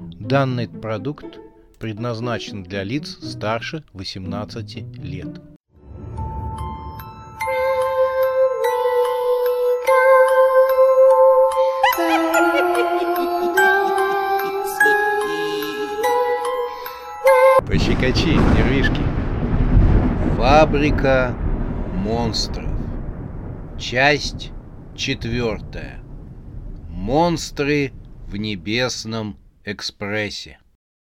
Данный продукт предназначен для лиц старше 18 лет. Пощекочи нервишки. Фабрика монстров. Часть 4. Монстры в Небесном экспрессе.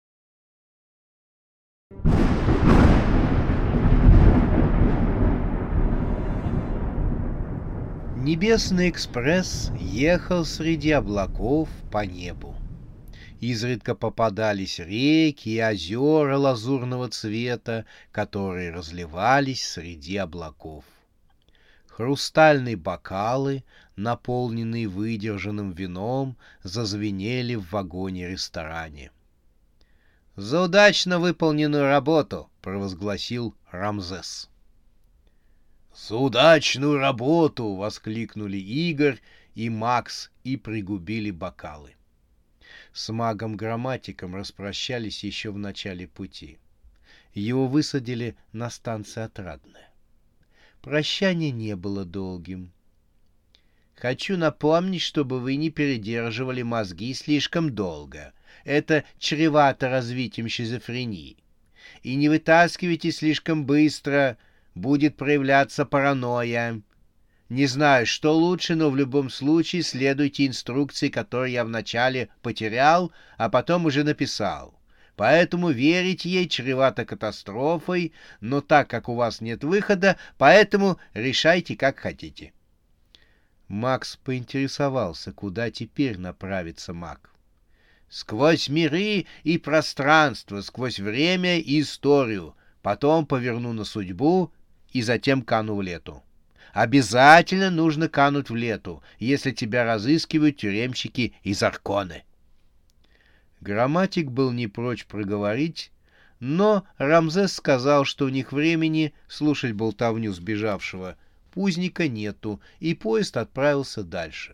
Небесный экспресс ехал среди облаков по небу. Изредка попадались реки и озера лазурного цвета, которые разливались среди облаков. Хрустальные бокалы, наполненные выдержанным вином, зазвенели в вагоне-ресторане. «За удачно выполненную работу!» — провозгласил Рамзес. «За удачную работу!» — воскликнули Игорь и Макс и пригубили бокалы. С магом-грамматиком распрощались еще в начале пути. Его высадили на станции Отрадная. Прощание не было долгим. «Хочу напомнить, чтобы вы не передерживали мозги слишком долго. Это чревато развитием шизофрении. И не вытаскивайте слишком быстро, будет проявляться паранойя. Не знаю, что лучше, но в любом случае следуйте инструкции, которые я вначале потерял, а потом уже написал. Поэтому верить ей чревато катастрофой, но так как у вас нет выхода, поэтому решайте, как хотите». Макс поинтересовался, куда теперь направится маг. «Сквозь миры и пространство, сквозь время и историю, потом поверну на судьбу и затем кану в лету. Обязательно нужно кануть в лету, если тебя разыскивают тюремщики из Арконы». Грамматик был не прочь проговорить, но Рамзес сказал, что у них времени слушать болтовню сбежавшего узника нету, и поезд отправился дальше.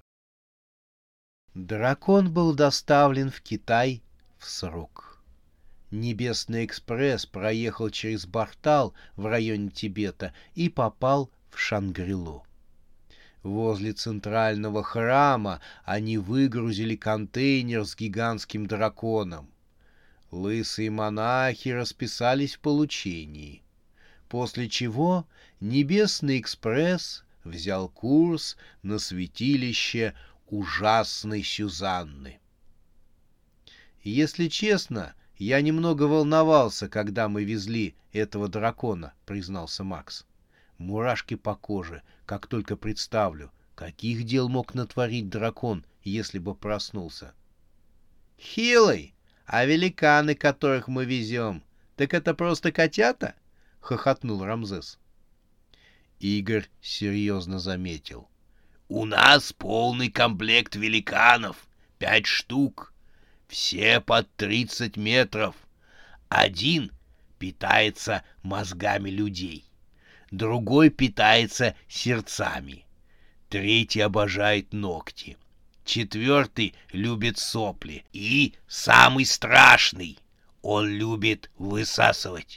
Дракон был доставлен в Китай в срок. Небесный экспресс проехал через Бахтал в районе Тибета и попал в Шангрилу. Возле центрального храма они выгрузили контейнер с гигантским драконом. Лысые монахи расписались в получении, после чего Небесный экспресс взял курс на святилище ужасной Сюзанны. «Если честно, я немного волновался, когда мы везли этого дракона», — признался Макс. «Мурашки по коже, как только представлю, каких дел мог натворить дракон, если бы проснулся». «Хилый, а великаны, которых мы везем, так это просто котята?» — хохотнул Рамзес. Игорь серьезно заметил. «У нас полный комплект великанов, 5 штук, все под 30 метров. Один питается мозгами людей, другой питается сердцами, третий обожает ногти, четвертый любит сопли и самый страшный, он любит высасывать».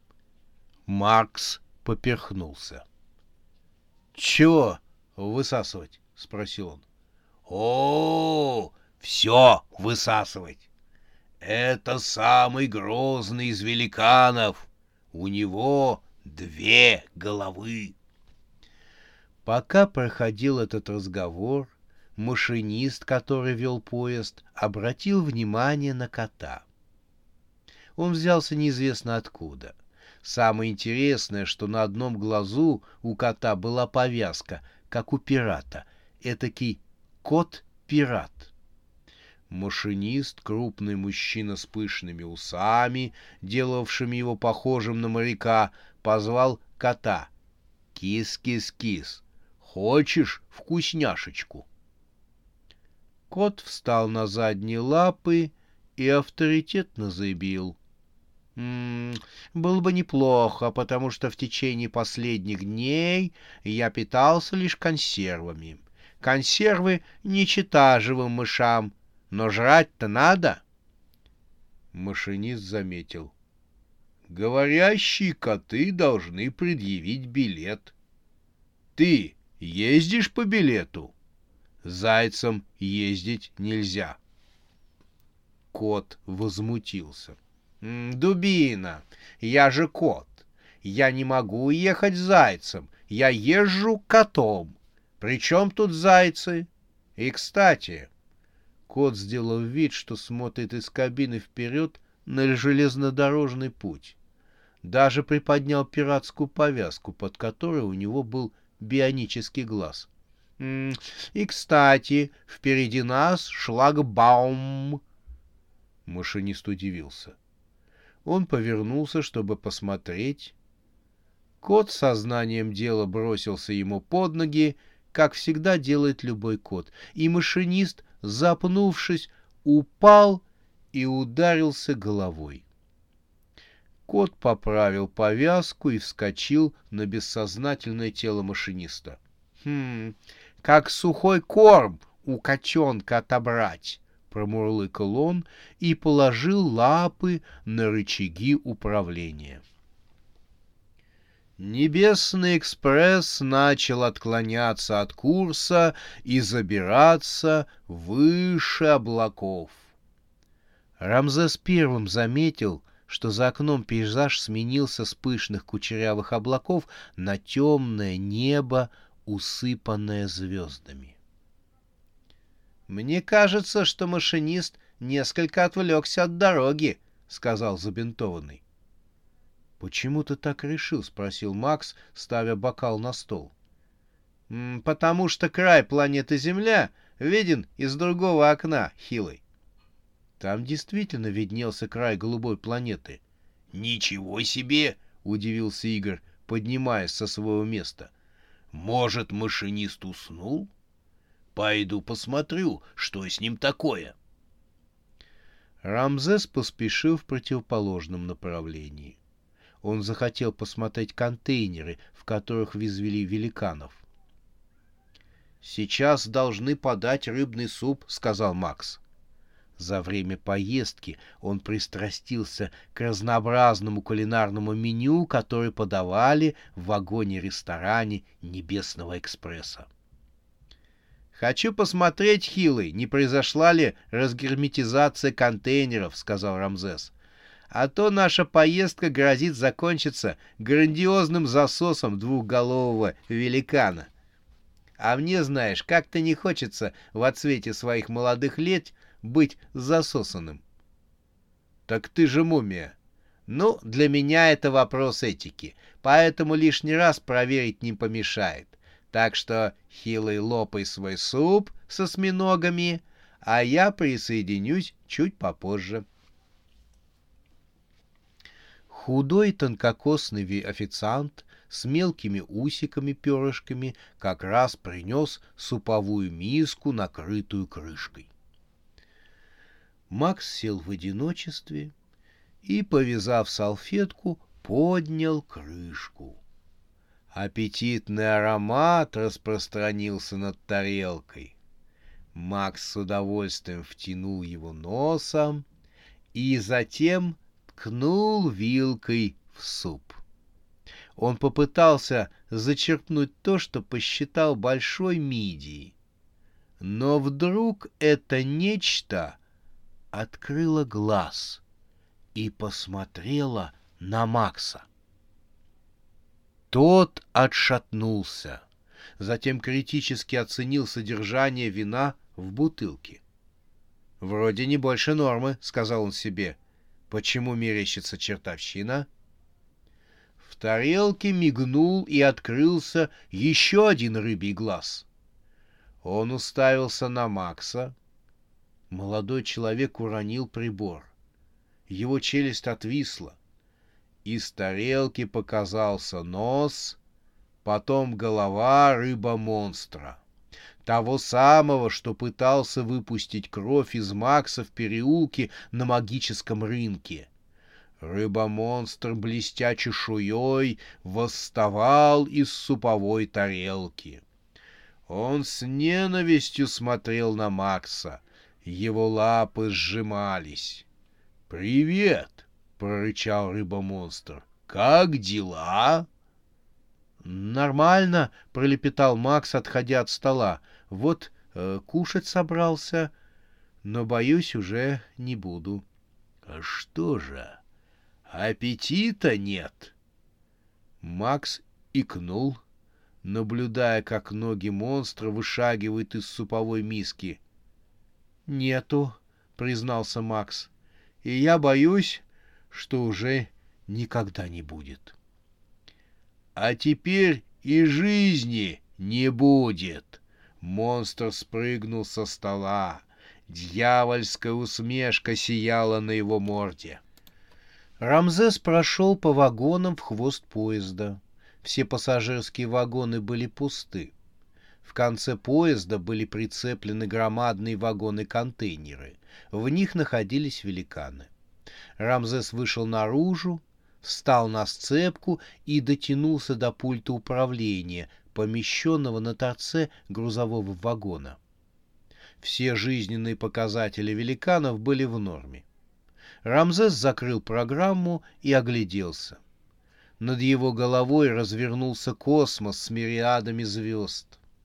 Маркс поперхнулся. «Чего высасывать?» — спросил он. «О, все высасывать. Это самый грозный из великанов. У него 2 головы». Пока проходил этот разговор, машинист, который вел поезд, обратил внимание на кота. Он взялся неизвестно откуда. Самое интересное, что на одном глазу у кота была повязка, как у пирата, этакий кот-пират. Машинист, крупный мужчина с пышными усами, делавшими его похожим на моряка, позвал кота. «Кис-кис-кис, хочешь вкусняшечку?» Кот встал на задние лапы и авторитетно заявил: было бы неплохо, потому что в течение последних дней я питался лишь консервами. Консервы не чита живым мышам, но жрать-то надо». Машинист заметил. Говорящие коты должны предъявить билет. Ты ездишь по билету? Зайцам ездить нельзя. Кот возмутился. Дубина, я же кот. Я не могу ехать зайцем. Я езжу котом. Причем тут зайцы? И, кстати, кот сделал вид, что смотрит из кабины вперед на железнодорожный путь. Даже приподнял пиратскую повязку, под которой у него был бионический глаз. И, кстати, впереди нас шлагбаум. Машинист удивился. Он повернулся, чтобы посмотреть. Кот сознанием дела бросился ему под ноги, как всегда делает любой кот, и машинист, запнувшись, упал и ударился головой. Кот поправил повязку и вскочил на бессознательное тело машиниста. Как сухой корм у котенка отобрать, — промурлыкал он и положил лапы на рычаги управления. Небесный экспресс начал отклоняться от курса и забираться выше облаков. Рамзес первым заметил, что за окном пейзаж сменился с пышных кучерявых облаков на темное небо, усыпанное звездами. «Мне кажется, что машинист несколько отвлекся от дороги», — сказал забинтованный. «Почему ты так решил?» — спросил Макс, ставя бокал на стол. «Потому что край планеты Земля виден из другого окна, хилый». Там действительно виднелся край голубой планеты. «Ничего себе!» — удивился Игорь, поднимаясь со своего места. «Может, машинист уснул? Пойду посмотрю, что с ним такое». Рамзес поспешил в противоположном направлении. Он захотел посмотреть контейнеры, в которых взвели великанов. «Сейчас должны подать рыбный суп», — сказал Макс. За время поездки он пристрастился к разнообразному кулинарному меню, которое подавали в вагоне-ресторане Небесного экспресса. «Хочу посмотреть, хилый, не произошла ли разгерметизация контейнеров», — сказал Рамзес. «А то наша поездка грозит закончиться грандиозным засосом двухголового великана. А мне, знаешь, как-то не хочется в отсвете своих молодых лет быть засосанным». «Так ты же мумия». «Ну, для меня это вопрос этики, поэтому лишний раз проверить не помешает. Так что, хилый, лопай свой суп со осьминогами, а я присоединюсь чуть попозже». Худой тонкокосный официант с мелкими усиками-перышками как раз принес суповую миску, накрытую крышкой. Макс сел в одиночестве и, повязав салфетку, поднял крышку. Аппетитный аромат распространился над тарелкой. Макс с удовольствием втянул его носом и затем ткнул вилкой в суп. Он попытался зачерпнуть то, что посчитал большой мидией. Но вдруг это нечто открыло глаз и посмотрело на Макса. Тот отшатнулся, затем критически оценил содержание вина в бутылке. «Вроде не больше нормы», — сказал он себе. «Почему мерещится чертовщина?» В тарелке мигнул и открылся еще один рыбий глаз. Он уставился на Макса. Молодой человек уронил прибор. Его челюсть отвисла. Из тарелки показался нос, потом голова рыба-монстра. Того самого, что пытался выпустить кровь из Макса в переулке на магическом рынке. Рыба-монстр, блестя чешуей, восставал из суповой тарелки. Он с ненавистью смотрел на Макса. Его лапы сжимались. «Привет!» — прорычал рыба-монстр. «Как дела?» «Нормально», — пролепетал Макс, отходя от стола. «Вот кушать собрался, но, боюсь, уже не буду». «А что же, аппетита нет?» Макс икнул, наблюдая, как ноги монстра вышагивают из суповой миски. «Нету», — признался Макс, — «и я боюсь, что уже никогда не будет». «А теперь и жизни не будет!» Монстр спрыгнул со стола. Дьявольская усмешка сияла на его морде. Рамзес прошел по вагонам в хвост поезда. Все пассажирские вагоны были пусты. В конце поезда были прицеплены громадные вагоны-контейнеры. В них находились великаны. Рамзес вышел наружу, встал на сцепку и дотянулся до пульта управления, помещенного на торце грузового вагона. Все жизненные показатели великанов были в норме. Рамзес закрыл программу и огляделся. Над его головой развернулся космос с мириадами звезд.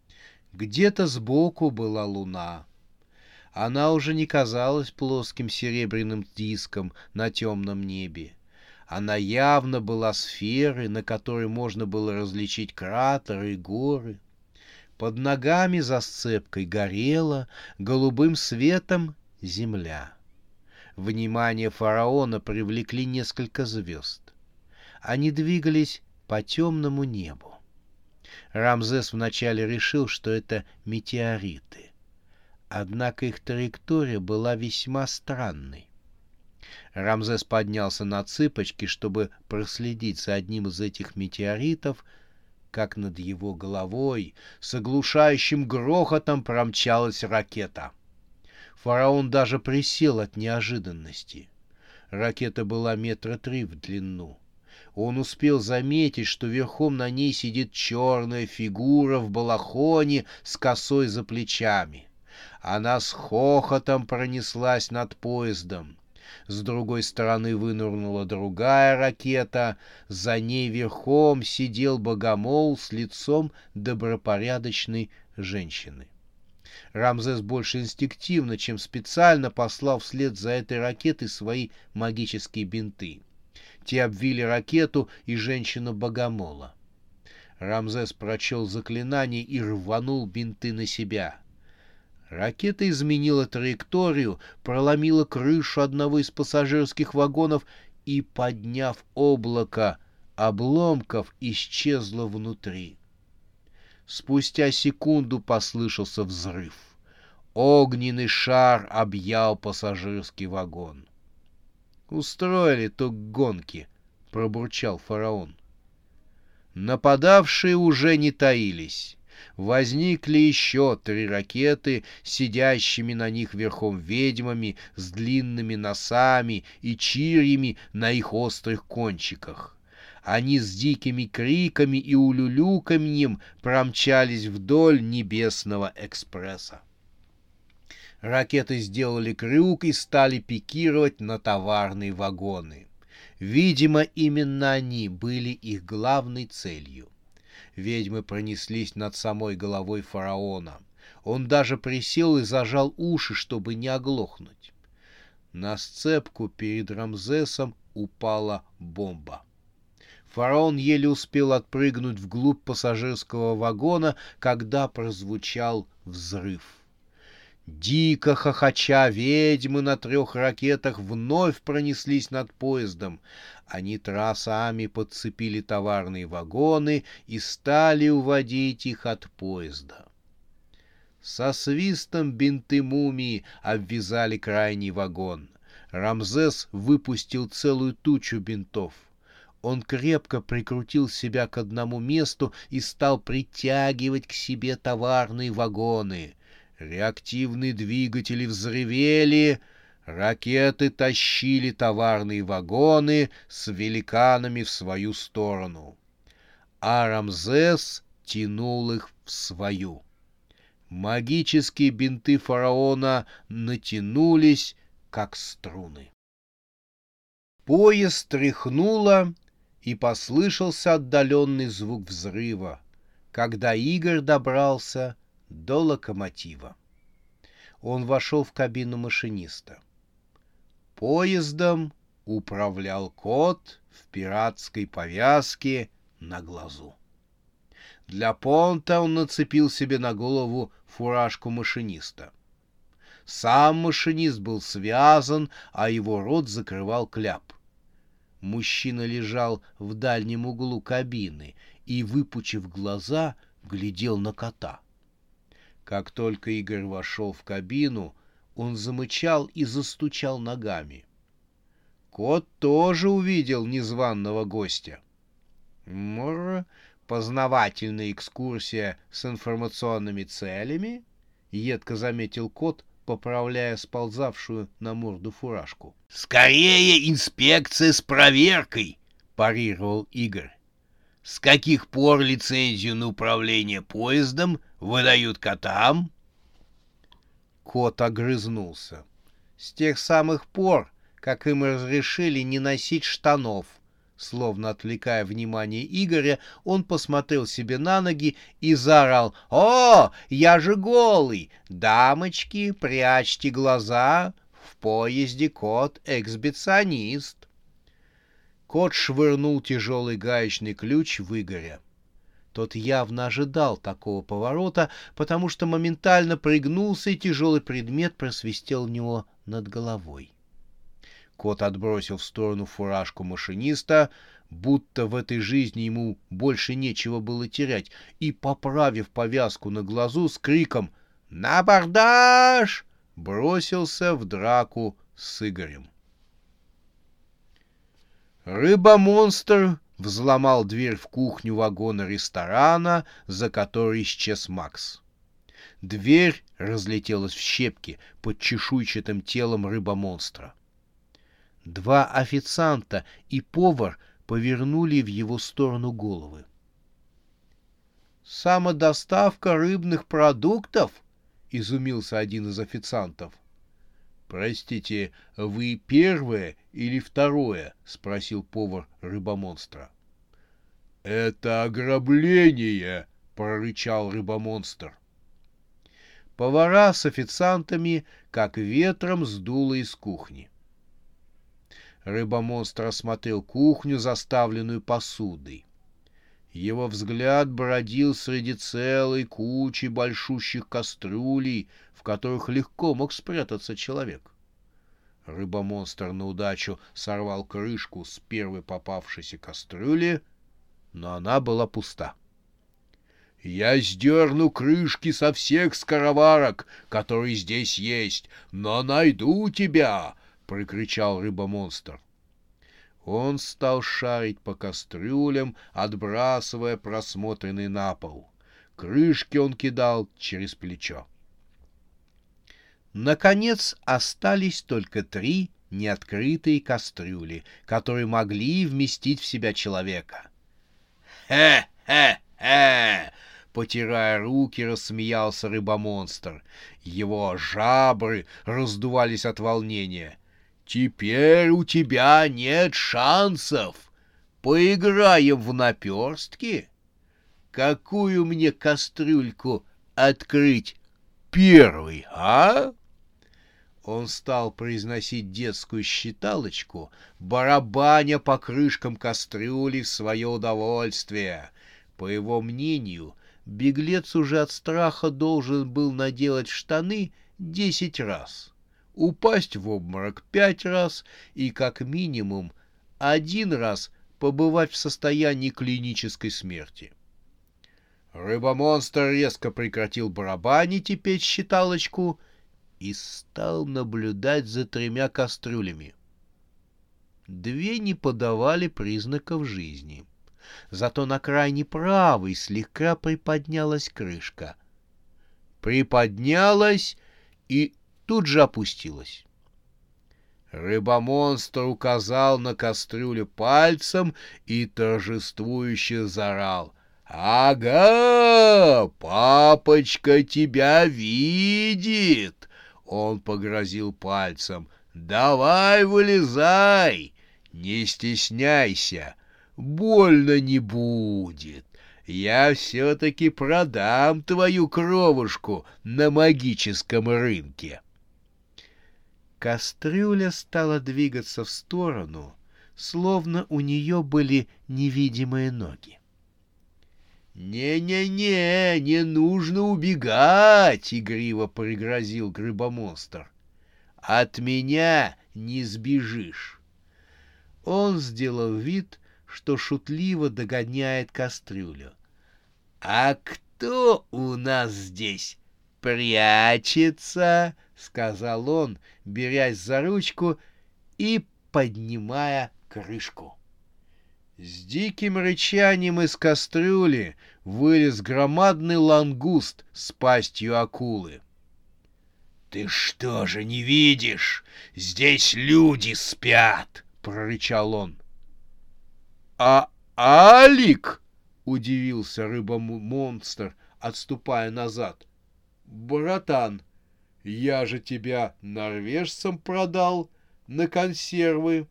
Где-то сбоку была луна. Она уже не казалась плоским серебряным диском на темном небе. Она явно была сферой, на которой можно было различить кратеры и горы. Под ногами за сцепкой горела голубым светом земля. Внимание фараона привлекли несколько звезд. Они двигались по темному небу. Рамзес вначале решил, что это метеориты. Однако их траектория была весьма странной. Рамзес поднялся на цыпочки, чтобы проследить за одним из этих метеоритов, как над его головой с оглушающим грохотом промчалась ракета. Фараон даже присел от неожиданности. Ракета была 3 метра в длину. Он успел заметить, что верхом на ней сидит черная фигура в балахоне с косой за плечами. Она с хохотом пронеслась над поездом. С другой стороны вынырнула другая ракета. За ней верхом сидел богомол с лицом добропорядочной женщины. Рамзес больше инстинктивно, чем специально послал вслед за этой ракетой свои магические бинты. Те обвили ракету и женщину-богомола. Рамзес прочел заклинание и рванул бинты на себя. Ракета изменила траекторию, проломила крышу одного из пассажирских вагонов и, подняв облако обломков, исчезла внутри. Спустя секунду послышался взрыв. Огненный шар объял пассажирский вагон. «Устроили тут гонки», — пробурчал фараон. Нападавшие уже не таились. Возникли еще 3 ракеты, сидящими на них верхом ведьмами с длинными носами и чирьями на их острых кончиках. Они с дикими криками и улюлюканьем промчались вдоль небесного экспресса. Ракеты сделали крюк и стали пикировать на товарные вагоны. Видимо, именно они были их главной целью. Ведьмы пронеслись над самой головой фараона. Он даже присел и зажал уши, чтобы не оглохнуть. На сцепку перед Рамзесом упала бомба. Фараон еле успел отпрыгнуть вглубь пассажирского вагона, когда прозвучал взрыв. Дико хохоча, ведьмы на 3 ракетах вновь пронеслись над поездом. Они тросами подцепили товарные вагоны и стали уводить их от поезда. Со свистом бинты мумии обвязали крайний вагон. Рамзес выпустил целую тучу бинтов. Он крепко прикрутил себя к одному месту и стал притягивать к себе товарные вагоны. Реактивные двигатели взревели, ракеты тащили товарные вагоны с великанами в свою сторону. А Рамзес тянул их в свою. Магические бинты фараона натянулись, как струны. Поезд тряхнуло, и послышался отдаленный звук взрыва, когда Игорь добрался до локомотива. Он вошел в кабину машиниста. Поездом управлял кот в пиратской повязке на глазу. Для понта он нацепил себе на голову фуражку машиниста. Сам машинист был связан, а его рот закрывал кляп. Мужчина лежал в дальнем углу кабины и, выпучив глаза, глядел на кота. Как только Игорь вошел в кабину, он замычал и застучал ногами. Кот тоже увидел незваного гостя. Познавательная экскурсия с информационными целями, — едко заметил кот, поправляя сползавшую на морду фуражку. — Скорее инспекция с проверкой, — парировал Игорь. — С каких пор лицензию на управление поездом выдают котам? Кот огрызнулся. С тех самых пор, как им разрешили не носить штанов. Словно отвлекая внимание Игоря, он посмотрел себе на ноги и заорал: «О, я же голый! Дамочки, прячьте глаза! В поезде кот-эксбиционист!» Кот швырнул тяжелый гаечный ключ в Игоря. Тот явно ожидал такого поворота, потому что моментально пригнулся, и тяжелый предмет просвистел у него над головой. Кот отбросил в сторону фуражку машиниста, будто в этой жизни ему больше нечего было терять, и, поправив повязку на глазу, с криком «На абордаж!» бросился в драку с Игорем. Рыба-монстр взломал дверь в кухню вагона-ресторана, за которой исчез Макс. Дверь разлетелась в щепки под чешуйчатым телом рыба-монстра. Два официанта и повар повернули в его сторону головы. «Самодоставка рыбных продуктов?» — изумился один из официантов. «Простите, вы первое или второе?» — спросил повар рыба-монстра. «Это ограбление!» — прорычал рыба-монстр. Повара с официантами как ветром сдуло из кухни. Рыба-монстр осмотрел кухню, заставленную посудой. Его взгляд бродил среди целой кучи большущих кастрюлей, в которых легко мог спрятаться человек. Рыба-монстр на удачу сорвал крышку с первой попавшейся кастрюли, но она была пуста. «Я сдерну крышки со всех скороварок, которые здесь есть, но найду тебя!» — прокричал рыба-монстр. Он стал шарить по кастрюлям, отбрасывая просмотренный на пол. Крышки он кидал через плечо. Наконец остались только 3 неоткрытые кастрюли, которые могли вместить в себя человека. «Хе-хе-хе!» — потирая руки, рассмеялся рыба-монстр. Его жабры раздувались от волнения. «Теперь у тебя нет шансов. Поиграем в наперстки? Какую мне кастрюльку открыть первый, а?» Он стал произносить детскую считалочку, барабаня по крышкам кастрюли в свое удовольствие. По его мнению, беглец уже от страха должен был наделать штаны 10 раз, упасть в обморок 5 раз и как минимум 1 раз побывать в состоянии клинической смерти. Рыба-монстр резко прекратил барабанить и петь считалочку и стал наблюдать за 3 кастрюлями. 2 не подавали признаков жизни. Зато на крайне правой слегка приподнялась крышка. Приподнялась и тут же опустилась. Рыба-монстр указал на кастрюлю пальцем и торжествующе заорал: «Ага, папочка тебя видит!» Он погрозил пальцем. «Давай вылезай! Не стесняйся, больно не будет. Я все-таки продам твою кровушку на магическом рынке. Кастрюля стала двигаться в сторону, словно у нее были невидимые ноги. «Не-не-не, не нужно убегать!» — игриво пригрозил Рыбомонстр. «От меня не сбежишь!» Он сделал вид, что шутливо догоняет кастрюлю. «А кто у нас здесь прячется?» — сказал он, берясь за ручку и поднимая крышку. С диким рычанием из кастрюли вылез громадный лангуст с пастью акулы. «Ты что же не видишь? Здесь люди спят!» — прорычал он. «А Алик?» — удивился рыба-монстр, отступая назад. «Братан, я же тебя норвежцам продал на консервы».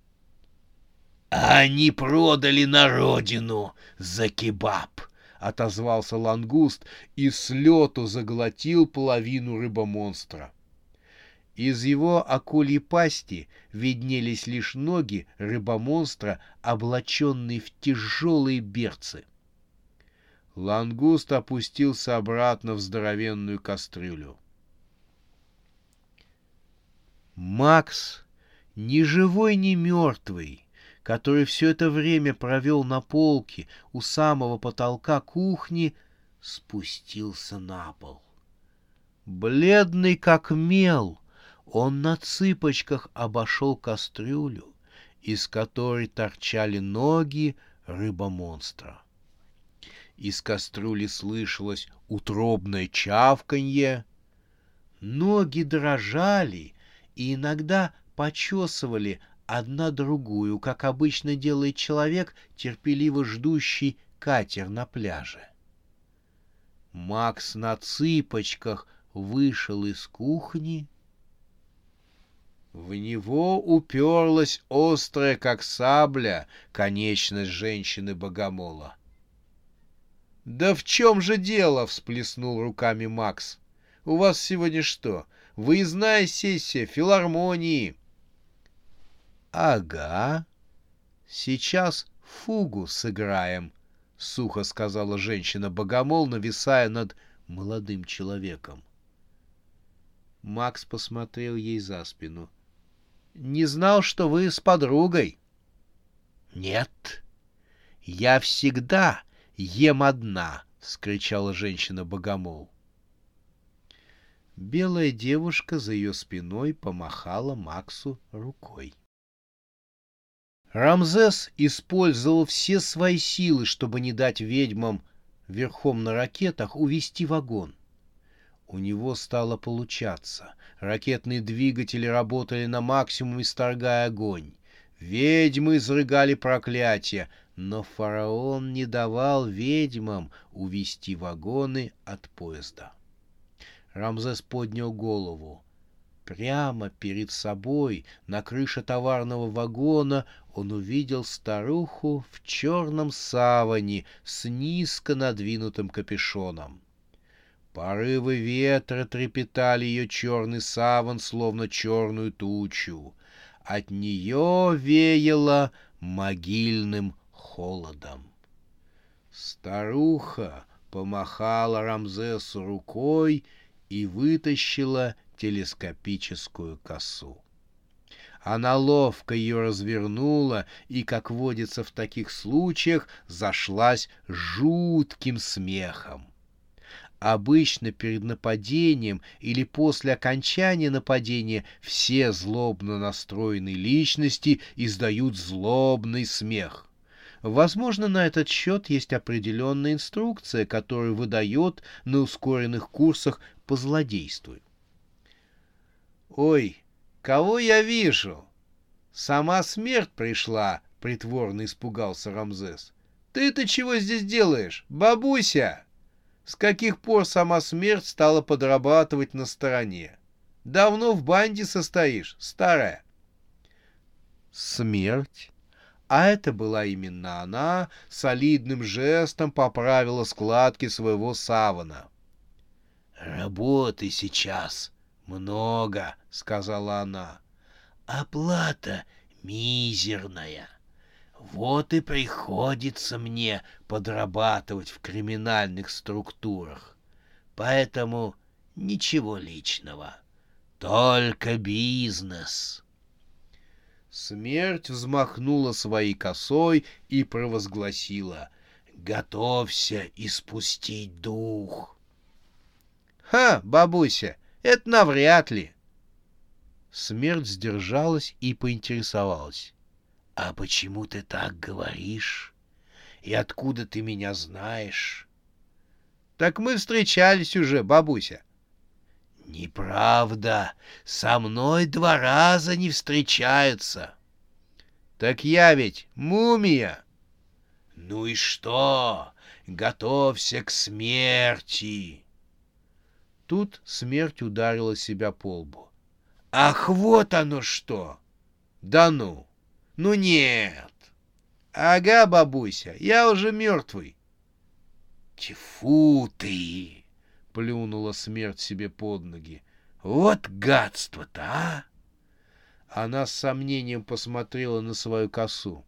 «Они продали на родину за кебаб», — отозвался лангуст и с лету заглотил половину рыбомонстра. Из его акульей пасти виднелись лишь ноги рыбомонстра, облаченные в тяжелые берцы. Лангуст опустился обратно в здоровенную кастрюлю. Макс, ни живой, ни мертвый, который все это время провел на полке у самого потолка кухни, спустился на пол. Бледный как мел, он на цыпочках обошел кастрюлю, из которой торчали ноги рыбомонстра. Из кастрюли слышалось утробное чавканье. Ноги дрожали и иногда почесывали одна другую, как обычно делает человек, терпеливо ждущий катер на пляже. Макс на цыпочках вышел из кухни. В него уперлась острая, как сабля, конечность женщины-богомола. «Да в чем же дело?» — всплеснул руками Макс. «У вас сегодня что, выездная сессия филармонии?» «Ага, сейчас фугу сыграем», — сухо сказала женщина-богомол, нависая над молодым человеком. Макс посмотрел ей за спину. «Не знал, что вы с подругой». «Нет, я всегда ем одна», — вскричала женщина-богомол. Белая девушка за ее спиной помахала Максу рукой. Рамзес использовал все свои силы, чтобы не дать ведьмам верхом на ракетах увести вагон. У него стало получаться. Ракетные двигатели работали на максимум, исторгая огонь. Ведьмы изрыгали проклятия, но фараон не давал ведьмам увести вагоны от поезда. Рамзес поднял голову. Прямо перед собой, на крыше товарного вагона, он увидел старуху в черном саване с низко надвинутым капюшоном. Порывы ветра трепетали ее черный саван, словно черную тучу. От нее веяло могильным холодом. Старуха помахала Рамзесу рукой и вытащила телескопическую косу. Она ловко ее развернула и, как водится в таких случаях, зашлась жутким смехом. Обычно перед нападением или после окончания нападения все злобно настроенные личности издают злобный смех. Возможно, на этот счет есть определенная инструкция, которую выдает на ускоренных курсах по злодейству. «Ой, кого я вижу? Сама смерть пришла!» — притворно испугался Рамзес. «Ты-то чего здесь делаешь, бабуся? С каких пор сама смерть стала подрабатывать на стороне? Давно в банде состоишь, старая?» смерть. А это была именно она, солидным жестом поправила складки своего савана. «Работы сейчас много», — сказала она. «Оплата мизерная. Вот и приходится мне подрабатывать в криминальных структурах. Поэтому ничего личного, только бизнес». Смерть взмахнула своей косой и провозгласила: «Готовься испустить дух». «Ха, бабуся, это навряд ли». Смерть сдержалась и поинтересовалась: «А почему ты так говоришь? И откуда ты меня знаешь?» «Так мы встречались уже, бабуся». «Неправда. Со мной 2 раза не встречаются». «Так я ведь мумия». «Ну и что? Готовься к смерти». Тут смерть ударила себя по лбу. «Ах, вот оно что! Да ну! Ну нет!» «Ага, бабуся, я уже мертвый». «Тьфу ты!» — плюнула смерть себе под ноги. «Вот гадство-то, а!» Она с сомнением посмотрела на свою косу.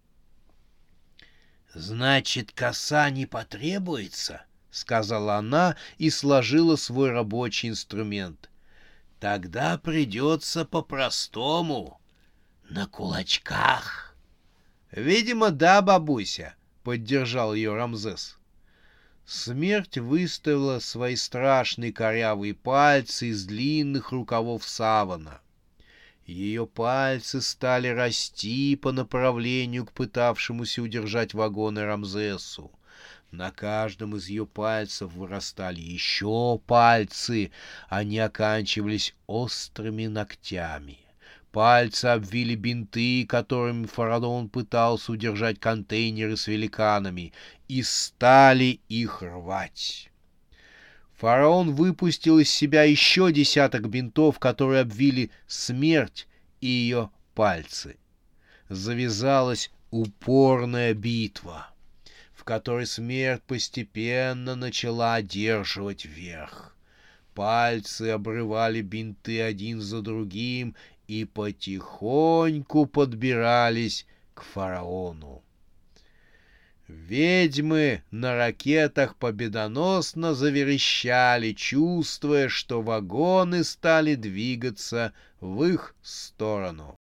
«Значит, коса не потребуется?» — сказала она и сложила свой рабочий инструмент. «Тогда придется по-простому, на кулачках». «Видимо, да, бабуся», — поддержал ее Рамзес. Смерть выставила свои страшные корявые пальцы из длинных рукавов савана. Ее пальцы стали расти по направлению к пытавшемуся удержать вагоны Рамзесу. На каждом из ее пальцев вырастали еще пальцы, они оканчивались острыми ногтями. Пальцы обвили бинты, которыми фараон пытался удержать контейнеры с великанами, и стали их рвать. Фараон выпустил из себя еще 10 бинтов, которые обвили смерть и ее пальцы. Завязалась упорная битва, в которой смерть постепенно начала одерживать верх. Пальцы обрывали бинты один за другим и потихоньку подбирались к фараону. Ведьмы на ракетах победоносно заверещали, чувствуя, что вагоны стали двигаться в их сторону.